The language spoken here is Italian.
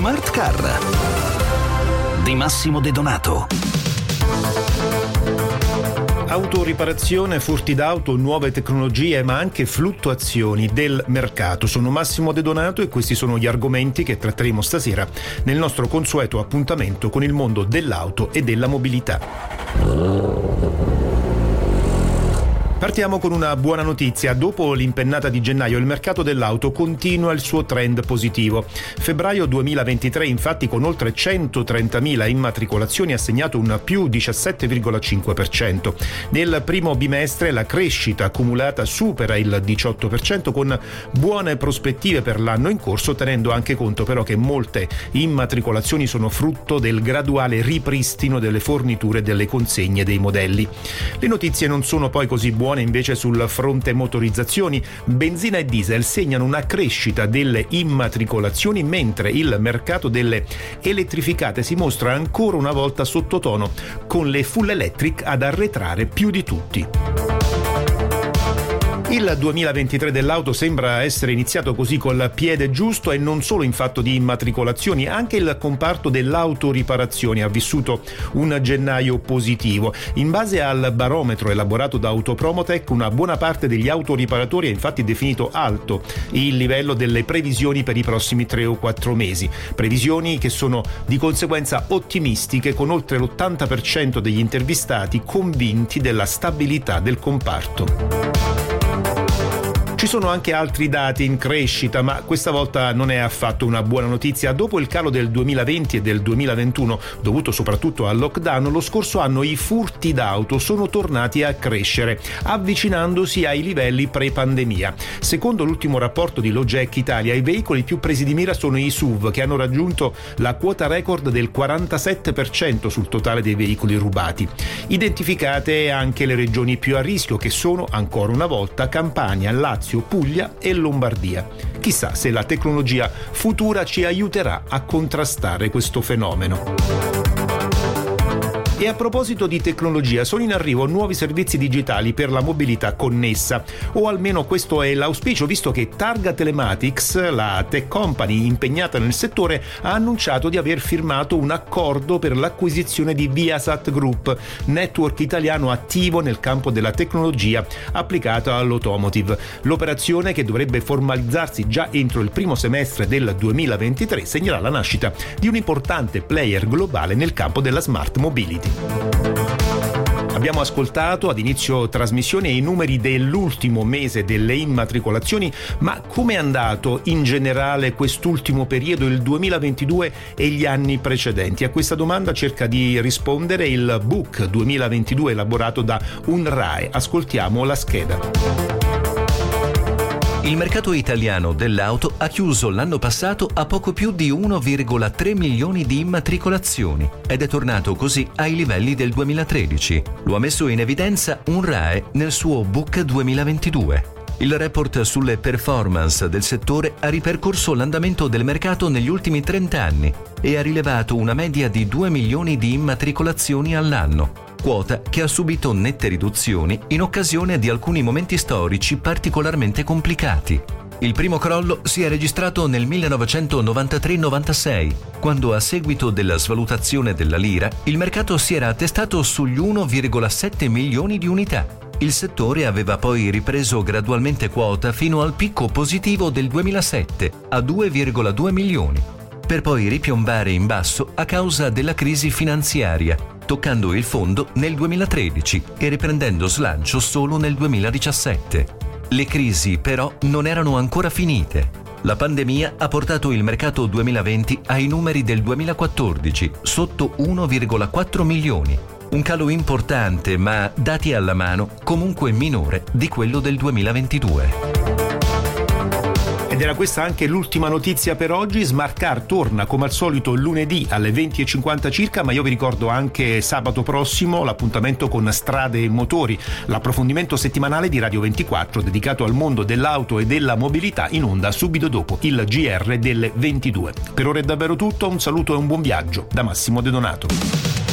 Smart Car di Massimo De Donato. Autoriparazione, furti d'auto, nuove tecnologie, ma anche fluttuazioni del mercato. Sono Massimo De Donato e questi sono gli argomenti che tratteremo stasera nel nostro consueto appuntamento con il mondo dell'auto e della mobilità. Partiamo con una buona notizia. Dopo l'impennata di gennaio il mercato dell'auto continua il suo trend positivo. Febbraio 2023 infatti con oltre 130.000 immatricolazioni ha segnato un più 17,5%. Nel primo bimestre la crescita accumulata supera il 18% con buone prospettive per l'anno in corso, tenendo anche conto però che molte immatricolazioni sono frutto del graduale ripristino delle forniture e delle consegne dei modelli. Le notizie non sono poi così buone invece sul fronte motorizzazioni. Benzina e diesel segnano una crescita delle immatricolazioni, mentre il mercato delle elettrificate si mostra ancora una volta sottotono, con le full electric ad arretrare più di tutti. Il 2023 dell'auto sembra essere iniziato così col piede giusto e non solo in fatto di immatricolazioni, anche il comparto dell'autoriparazione ha vissuto un gennaio positivo. In base al barometro elaborato da Autopromotech, una buona parte degli autoriparatori ha infatti definito alto il livello delle previsioni per i prossimi 3 o 4 mesi. Previsioni che sono di conseguenza ottimistiche, con oltre l'80% degli intervistati convinti della stabilità del comparto. Ci sono anche altri dati in crescita, ma questa volta non è affatto una buona notizia. Dopo il calo del 2020 e del 2021, dovuto soprattutto al lockdown, lo scorso anno i furti d'auto sono tornati a crescere, avvicinandosi ai livelli pre-pandemia. Secondo l'ultimo rapporto di Logec Italia, i veicoli più presi di mira sono i SUV, che hanno raggiunto la quota record del 47% sul totale dei veicoli rubati. Identificate anche le regioni più a rischio, che sono ancora una volta Campania, Lazio, Puglia e Lombardia. Chissà se la tecnologia futura ci aiuterà a contrastare questo fenomeno. E a proposito di tecnologia, sono in arrivo nuovi servizi digitali per la mobilità connessa, o almeno questo è l'auspicio, visto che Targa Telematics, la tech company impegnata nel settore, ha annunciato di aver firmato un accordo per l'acquisizione di Viasat Group, network italiano attivo nel campo della tecnologia applicata all'automotive. L'operazione, che dovrebbe formalizzarsi già entro il primo semestre del 2023, segnerà la nascita di un importante player globale nel campo della smart mobility. Abbiamo ascoltato ad inizio trasmissione i numeri dell'ultimo mese delle immatricolazioni, ma come è andato in generale quest'ultimo periodo, il 2022 e gli anni precedenti? A questa domanda cerca di rispondere il book 2022 elaborato da UNRAE. Ascoltiamo la scheda. Il mercato italiano dell'auto ha chiuso l'anno passato a poco più di 1,3 milioni di immatricolazioni ed è tornato così ai livelli del 2013. Lo ha messo in evidenza UNRAE nel suo book 2022. Il report sulle performance del settore ha ripercorso l'andamento del mercato negli ultimi 30 anni e ha rilevato una media di 2 milioni di immatricolazioni all'anno, quota che ha subito nette riduzioni in occasione di alcuni momenti storici particolarmente complicati. Il primo crollo si è registrato nel 1993-96, quando a seguito della svalutazione della lira il mercato si era attestato sugli 1,7 milioni di unità. Il settore aveva poi ripreso gradualmente quota fino al picco positivo del 2007 a 2,2 milioni, per poi ripiombare in basso a causa della crisi finanziaria, toccando il fondo nel 2013 e riprendendo slancio solo nel 2017. Le crisi però non erano ancora finite. La pandemia ha portato il mercato 2020 ai numeri del 2014, sotto 1,4 milioni. Un calo importante, ma, dati alla mano, comunque minore di quello del 2022. Ed era questa anche l'ultima notizia per oggi. Smart Car torna come al solito lunedì alle 20:50 circa, ma io vi ricordo anche sabato prossimo l'appuntamento con Strade e Motori, l'approfondimento settimanale di Radio 24 dedicato al mondo dell'auto e della mobilità, in onda subito dopo il GR delle 22. Per ora è davvero tutto, un saluto e un buon viaggio da Massimo De Donato.